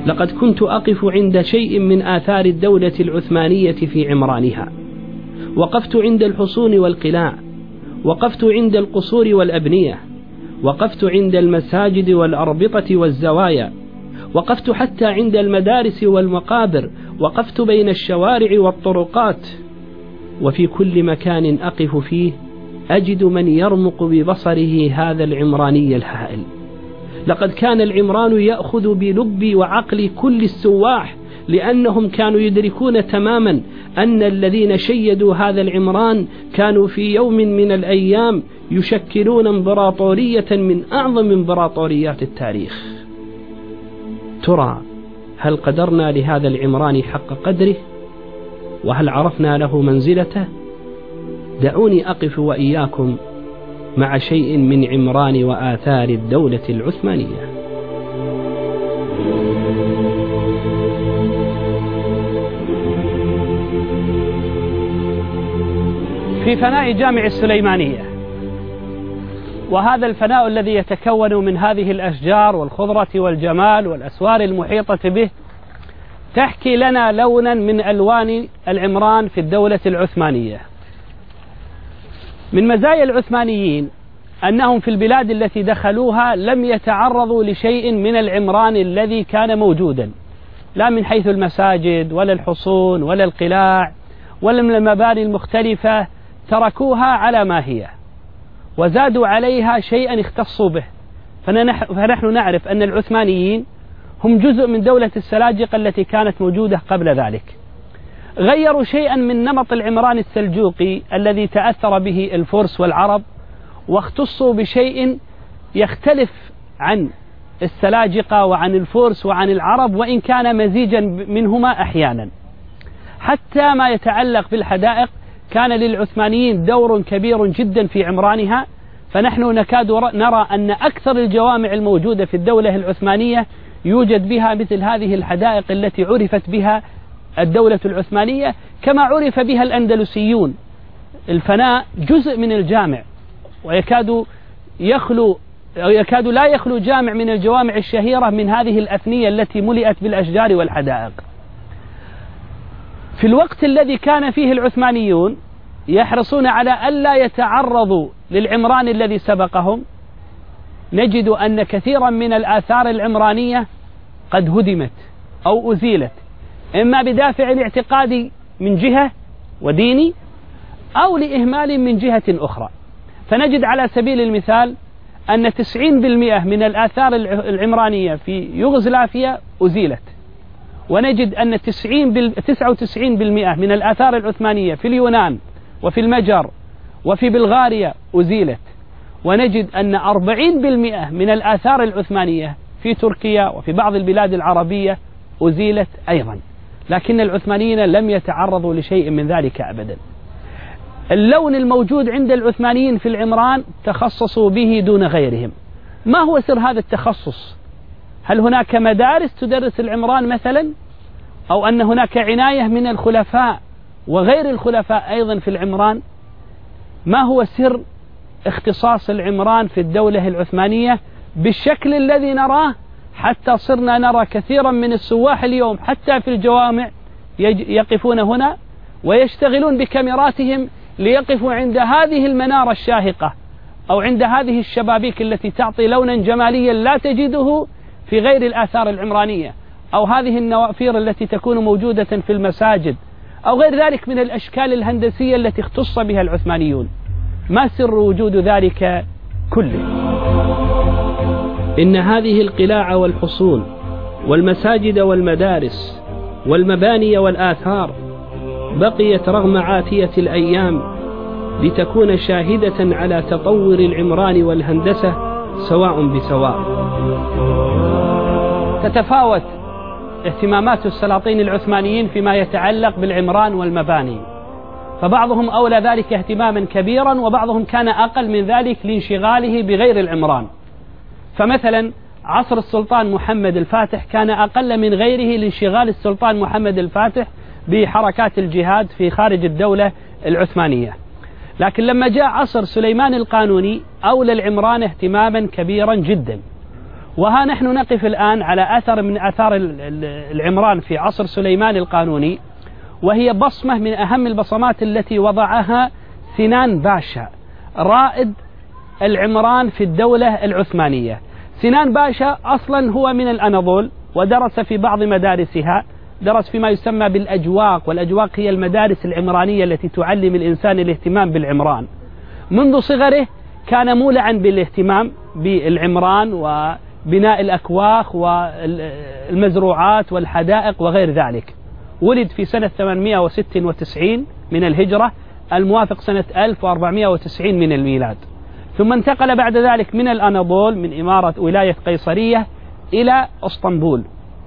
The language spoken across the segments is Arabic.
لقد كنت أقف عند شيء من آثار الدولة العثمانية في عمرانها، وقفت عند الحصون والقلاع، وقفت عند القصور والأبنية، وقفت عند المساجد والأربطة والزوايا، وقفت حتى عند المدارس والمقابر، وقفت بين الشوارع والطرقات، وفي كل مكان أقف فيه أجد من يرمق ببصره هذا العمراني الهائل. لقد كان العمران يأخذ بلب وعقل كل السواح، لأنهم كانوا يدركون تماما أن الذين شيدوا هذا العمران كانوا في يوم من الأيام يشكلون امبراطورية من أعظم امبراطوريات التاريخ. ترى هل قدرنا لهذا العمران حق قدره؟ وهل عرفنا له منزلته؟ دعوني أقف وإياكم مع شيء من عمران وآثار الدولة العثمانية. في فناء جامع السليمانية، وهذا الفناء الذي يتكون من هذه الأشجار والخضرة والجمال والأسوار المحيطة به، تحكي لنا لونا من ألوان العمران في الدولة العثمانية. من مزايا العثمانيين أنهم في البلاد التي دخلوها لم يتعرضوا لشيء من العمران الذي كان موجودا، لا من حيث المساجد ولا الحصون ولا القلاع ولا من المباني المختلفة، تركوها على ما هي وزادوا عليها شيئا اختصوا به. فنحن نعرف أن العثمانيين هم جزء من دولة السلاجقة التي كانت موجودة قبل ذلك. غيروا شيئا من نمط العمران السلجوقي الذي تأثر به الفرس والعرب، واختصوا بشيء يختلف عن السلاجقة وعن الفرس وعن العرب، وإن كان مزيجا منهما أحيانا. حتى ما يتعلق بالحدائق كان للعثمانيين دور كبير جدا في عمرانها، فنحن نكاد نرى أن أكثر الجوامع الموجودة في الدولة العثمانية يوجد بها مثل هذه الحدائق التي عرفت بها الدولة العثمانية، كما عرف بها الأندلسيون. الفناء جزء من الجامع، ويكاد لا يخلو جامع من الجوامع الشهيرة من هذه الأثنية التي ملئت بالأشجار والحدائق. في الوقت الذي كان فيه العثمانيون يحرصون على ألا يتعرضوا للعمران الذي سبقهم، نجد أن كثيرا من الآثار العمرانية قد هدمت أو أزيلت، إما بدافع الاعتقاد من جهة وديني، أو لإهمال من جهة أخرى. فنجد على سبيل المثال أن 90% من الآثار العمرانية في يوغوسلافيا أزيلت، ونجد أن 99% من الآثار العثمانية في اليونان وفي المجر وفي بلغاريا أزيلت، ونجد أن 40% من الآثار العثمانية في تركيا وفي بعض البلاد العربية أزيلت أيضا. لكن العثمانيين لم يتعرضوا لشيء من ذلك أبدا. اللون الموجود عند العثمانيين في العمران تخصصوا به دون غيرهم. ما هو سر هذا التخصص؟ هل هناك مدارس تدرس العمران مثلا؟ أو أن هناك عناية من الخلفاء وغير الخلفاء أيضا في العمران؟ ما هو سر اختصاص العمران في الدولة العثمانية بالشكل الذي نراه، حتى صرنا نرى كثيرا من السواح اليوم حتى في الجوامع يقفون هنا ويشتغلون بكاميراتهم ليقفوا عند هذه المنارة الشاهقة أو عند هذه الشبابيك التي تعطي لونا جماليا لا تجده في غير الآثار العمرانية، أو هذه النوافير التي تكون موجودة في المساجد، أو غير ذلك من الأشكال الهندسية التي اختص بها العثمانيون. ما سر وجود ذلك كله؟ إن هذه القلاع والحصون والمساجد والمدارس والمباني والآثار بقيت رغم عافية الأيام لتكون شاهدة على تطور العمران والهندسة سواء بسواء. تتفاوت اهتمامات السلاطين العثمانيين فيما يتعلق بالعمران والمباني، فبعضهم أولى ذلك اهتماما كبيرا، وبعضهم كان أقل من ذلك لانشغاله بغير العمران. فمثلا عصر السلطان محمد الفاتح كان أقل من غيره لانشغال السلطان محمد الفاتح بحركات الجهاد في خارج الدولة العثمانية. لكن لما جاء عصر سليمان القانوني أولى العمران اهتماما كبيرا جدا، وها نحن نقف الآن على أثر من آثار العمران في عصر سليمان القانوني، وهي بصمة من أهم البصمات التي وضعها سنان باشا رائد العمران في الدولة العثمانية. سنان باشا أصلا هو من الأناضول، ودرس في بعض مدارسها، درس فيما يسمى بالأجواق، والأجواق هي المدارس العمرانية التي تعلم الإنسان الاهتمام بالعمران. منذ صغره كان مولعا بالاهتمام بالعمران وبناء الأكواخ والمزروعات والحدائق وغير ذلك. ولد في سنة 896 من الهجرة، الموافق سنة 1490 من الميلاد. ثم انتقل بعد ذلك من الأناضول من إمارة ولاية قيصرية إلى اسطنبول،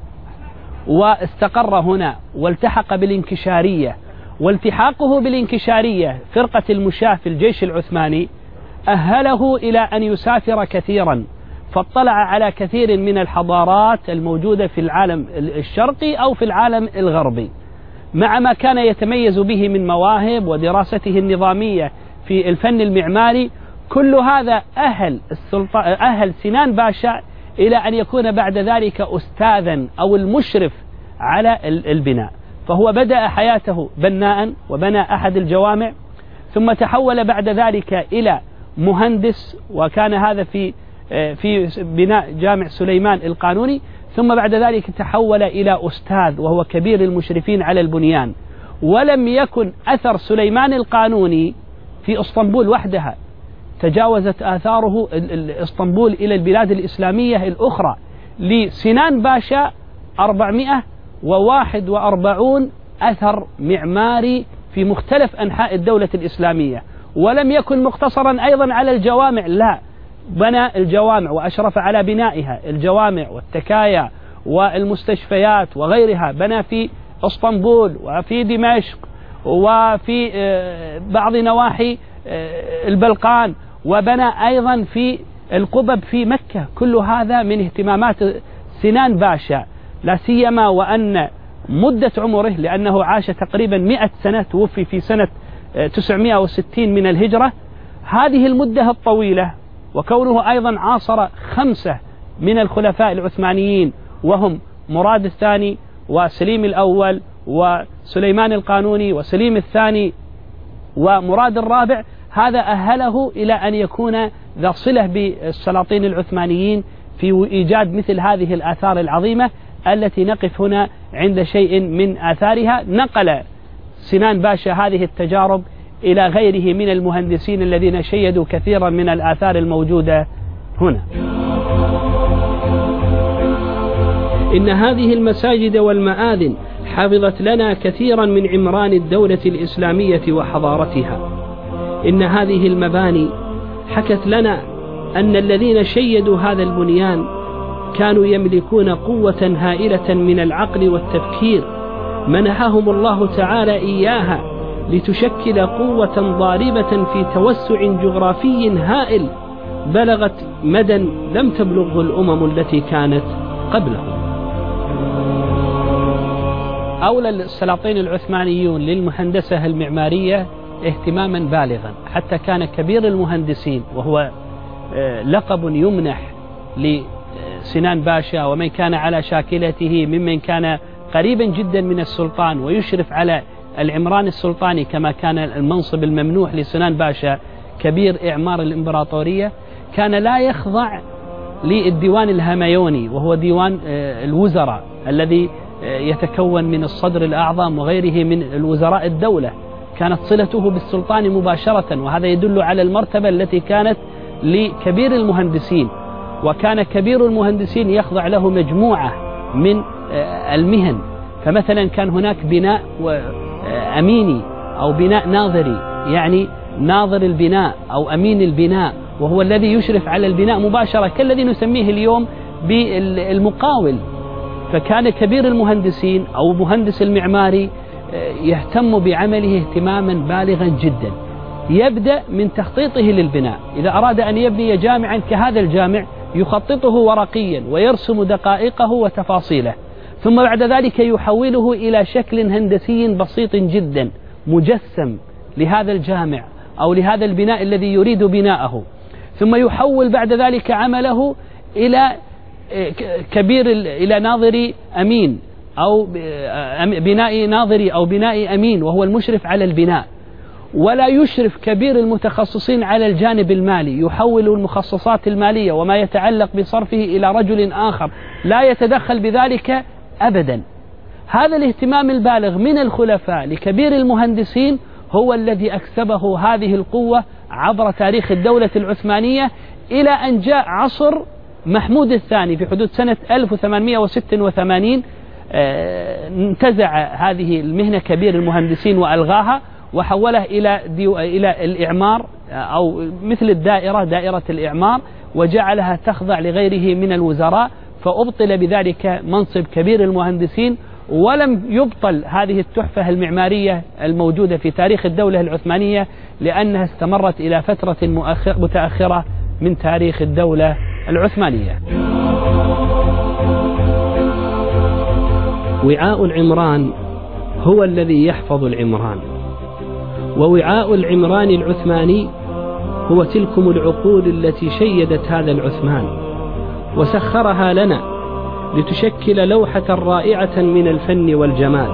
واستقر هنا والتحق بالانكشارية. والتحاقه بالانكشارية فرقة المشاة في الجيش العثماني أهله إلى أن يسافر كثيرا، فاطلع على كثير من الحضارات الموجودة في العالم الشرقي أو في العالم الغربي، مع ما كان يتميز به من مواهب ودراسته النظامية في الفن المعماري. كل هذا أهل سنان باشا إلى أن يكون بعد ذلك أستاذا أو المشرف على البناء. فهو بدأ حياته بناء وبنى أحد الجوامع، ثم تحول بعد ذلك إلى مهندس، وكان هذا في بناء جامع سليمان القانوني. ثم بعد ذلك تحول إلى أستاذ وهو كبير المشرفين على البنيان. ولم يكن أثر سليمان القانوني في اسطنبول وحدها، تجاوزت آثاره اسطنبول إلى البلاد الإسلامية الأخرى. لسنان باشا 441 أثر معماري في مختلف أنحاء الدولة الإسلامية. ولم يكن مقتصرا أيضا على الجوامع، لا، بنى الجوامع وأشرف على بنائها، الجوامع والتكايا والمستشفيات وغيرها، بنى في اسطنبول وفي دمشق وفي بعض نواحي البلقان، وبنى أيضا في القبب في مكة. كل هذا من اهتمامات سنان باشا، لا سيما وأن مدة عمره، لأنه عاش تقريبا 100 سنة، توفي في سنة 960 من الهجرة. هذه المدة الطويلة، وكونه أيضا عاصر 5 من الخلفاء العثمانيين، وهم مراد الثاني وسليم الأول وسليمان القانوني وسليم الثاني ومراد الرابع، هذا أهله إلى أن يكون ذا صلة بالسلاطين العثمانيين في إيجاد مثل هذه الآثار العظيمة التي نقف هنا عند شيء من آثارها. نقل سنان باشا هذه التجارب إلى غيره من المهندسين الذين شيدوا كثيرا من الآثار الموجودة هنا. إن هذه المساجد والمآذن حفظت لنا كثيرا من عمران الدولة الإسلامية وحضارتها. إن هذه المباني حكت لنا أن الذين شيدوا هذا البنيان كانوا يملكون قوة هائلة من العقل والتفكير، منحهم الله تعالى إياها لتشكل قوة ضاربة في توسع جغرافي هائل بلغت مدى لم تبلغه الأمم التي كانت قبلهم. أولى السلاطين العثمانيون للمهندسة المعمارية اهتماما بالغا، حتى كان كبير المهندسين، وهو لقب يمنح لسنان باشا ومن كان على شاكلته ممن كان قريبا جدا من السلطان ويشرف على العمران السلطاني، كما كان المنصب الممنوح لسنان باشا كبير إعمار الإمبراطورية، كان لا يخضع للديوان الهميوني، وهو ديوان الوزراء الذي يتكون من الصدر الأعظم وغيره من الوزراء الدولة. كانت صلته بالسلطان مباشرة، وهذا يدل على المرتبة التي كانت لكبير المهندسين. وكان كبير المهندسين يخضع له مجموعة من المهن، فمثلا كان هناك بناء أميني أو بناء ناظري، يعني ناظر البناء أو أمين البناء، وهو الذي يشرف على البناء مباشرة، كالذي نسميه اليوم بالمقاول. فكان كبير المهندسين أو مهندس المعماري يهتم بعمله اهتماما بالغا جدا. يبدأ من تخطيطه للبناء، إذا أراد أن يبني جامعا كهذا الجامع يخططه ورقيا ويرسم دقائقه وتفاصيله، ثم بعد ذلك يحوله إلى شكل هندسي بسيط جدا مجسم لهذا الجامع أو لهذا البناء الذي يريد بناءه، ثم يحول بعد ذلك عمله إلى كبير إلى ناظري أمين أو بناء ناظري أو بناء أمين وهو المشرف على البناء، ولا يشرف كبير المتخصصين على الجانب المالي، يحول المخصصات المالية وما يتعلق بصرفه إلى رجل آخر لا يتدخل بذلك أبدا. هذا الاهتمام البالغ من الخلفاء لكبير المهندسين هو الذي أكسبه هذه القوة عبر تاريخ الدولة العثمانية، إلى أن جاء عصر محمود الثاني في حدود سنة 1886 انتزع هذه المهنة كبير المهندسين وألغاها وحولها إلى الإعمار أو مثل دائرة الإعمار، وجعلها تخضع لغيره من الوزراء، فأبطل بذلك منصب كبير المهندسين، ولم يبطل هذه التحفة المعمارية الموجودة في تاريخ الدولة العثمانية، لأنها استمرت إلى فترة متأخرة من تاريخ الدولة العثمانية. وعاء العمران هو الذي يحفظ العمران، ووعاء العمران العثماني هو تلكم العقول التي شيدت هذا العثمان وسخرها لنا لتشكل لوحة رائعة من الفن والجمال.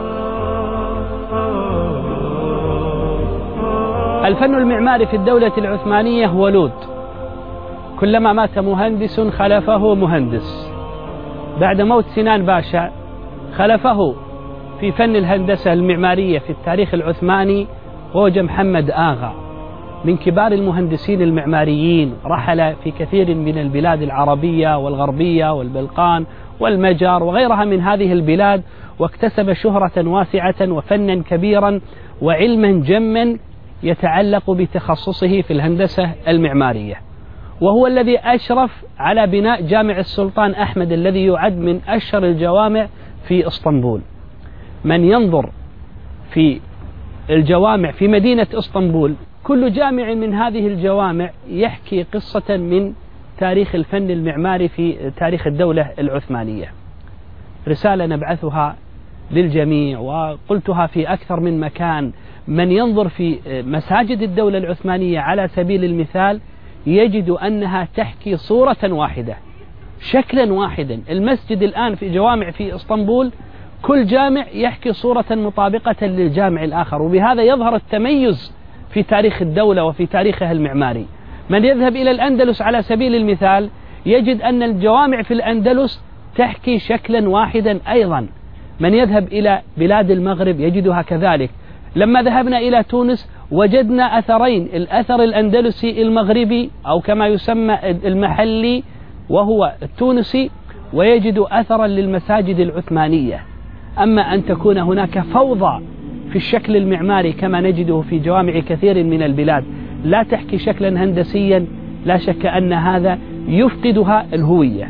الفن المعماري في الدولة العثمانية هو لود، كلما مات مهندس خلفه مهندس. بعد موت سنان باشا خلفه في فن الهندسة المعمارية في التاريخ العثماني خوجة محمد آغا، من كبار المهندسين المعماريين، رحل في كثير من البلاد العربية والغربية والبلقان والمجر وغيرها من هذه البلاد، واكتسب شهرة واسعة وفنا كبيرا وعلما جما يتعلق بتخصصه في الهندسة المعمارية، وهو الذي أشرف على بناء جامع السلطان أحمد الذي يعد من أشهر الجوامع في اسطنبول. من ينظر في الجوامع في مدينة اسطنبول، كل جامع من هذه الجوامع يحكي قصة من تاريخ الفن المعماري في تاريخ الدولة العثمانية. رسالة نبعثها للجميع وقلتها في أكثر من مكان: من ينظر في مساجد الدولة العثمانية على سبيل المثال يجد أنها تحكي صورة واحدة، شكلا واحدا. المسجد الآن في جوامع في اسطنبول كل جامع يحكي صورة مطابقة للجامع الآخر، وبهذا يظهر التميز في تاريخ الدولة وفي تاريخها المعماري. من يذهب إلى الأندلس على سبيل المثال يجد أن الجوامع في الأندلس تحكي شكلا واحدا أيضا. من يذهب إلى بلاد المغرب يجدها كذلك. لما ذهبنا إلى تونس وجدنا أثرين: الأثر الأندلسي المغربي أو كما يسمى المحلي وهو التونسي، ويجد أثرا للمساجد العثمانية. أما أن تكون هناك فوضى في الشكل المعماري كما نجده في جوامع كثير من البلاد لا تحكي شكلا هندسيا، لا شك أن هذا يفقدها الهوية.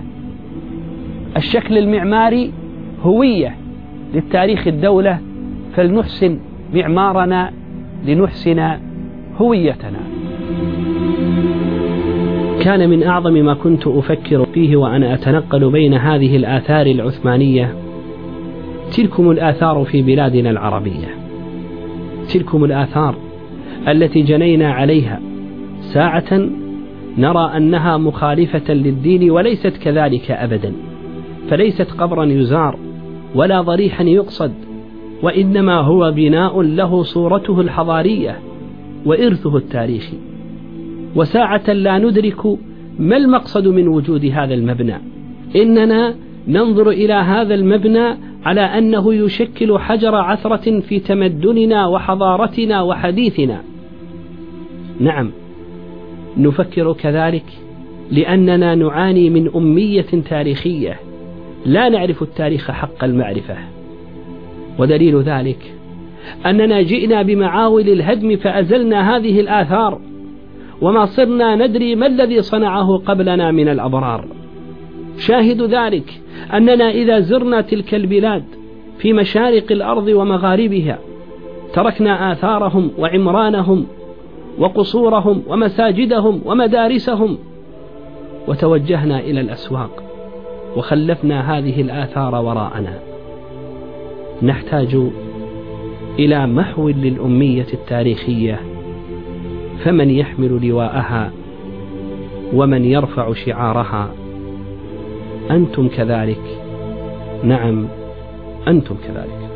الشكل المعماري هوية للتاريخ الدولة، فلنحسن معمارنا لنحسن هويتنا. كان من أعظم ما كنت أفكر فيه وأنا أتنقل بين هذه الآثار العثمانية تلكم الآثار في بلادنا العربية، تلكم الآثار التي جنينا عليها ساعة نرى أنها مخالفة للدين، وليست كذلك أبدا، فليست قبرا يزار ولا ضريحا يقصد، وإنما هو بناء له صورته الحضارية وإرثه التاريخي. وساعة لا ندرك ما المقصد من وجود هذا المبنى، إننا ننظر إلى هذا المبنى على أنه يشكل حجر عثرة في تمدننا وحضارتنا وحديثنا. نعم، نفكر كذلك لأننا نعاني من أمية تاريخية، لا نعرف التاريخ حق المعرفة. ودليل ذلك أننا جئنا بمعاول الهدم فأزلنا هذه الآثار، وما صرنا ندري ما الذي صنعه قبلنا من الأبرار. شاهد ذلك أننا إذا زرنا تلك البلاد في مشارق الأرض ومغاربها تركنا آثارهم وعمرانهم وقصورهم ومساجدهم ومدارسهم، وتوجهنا إلى الأسواق وخلفنا هذه الآثار وراءنا. نحتاج إلى محو للأمية التاريخية، فمن يحمل لواءها ومن يرفع شعارها أنتم كذلك. نعم أنتم كذلك.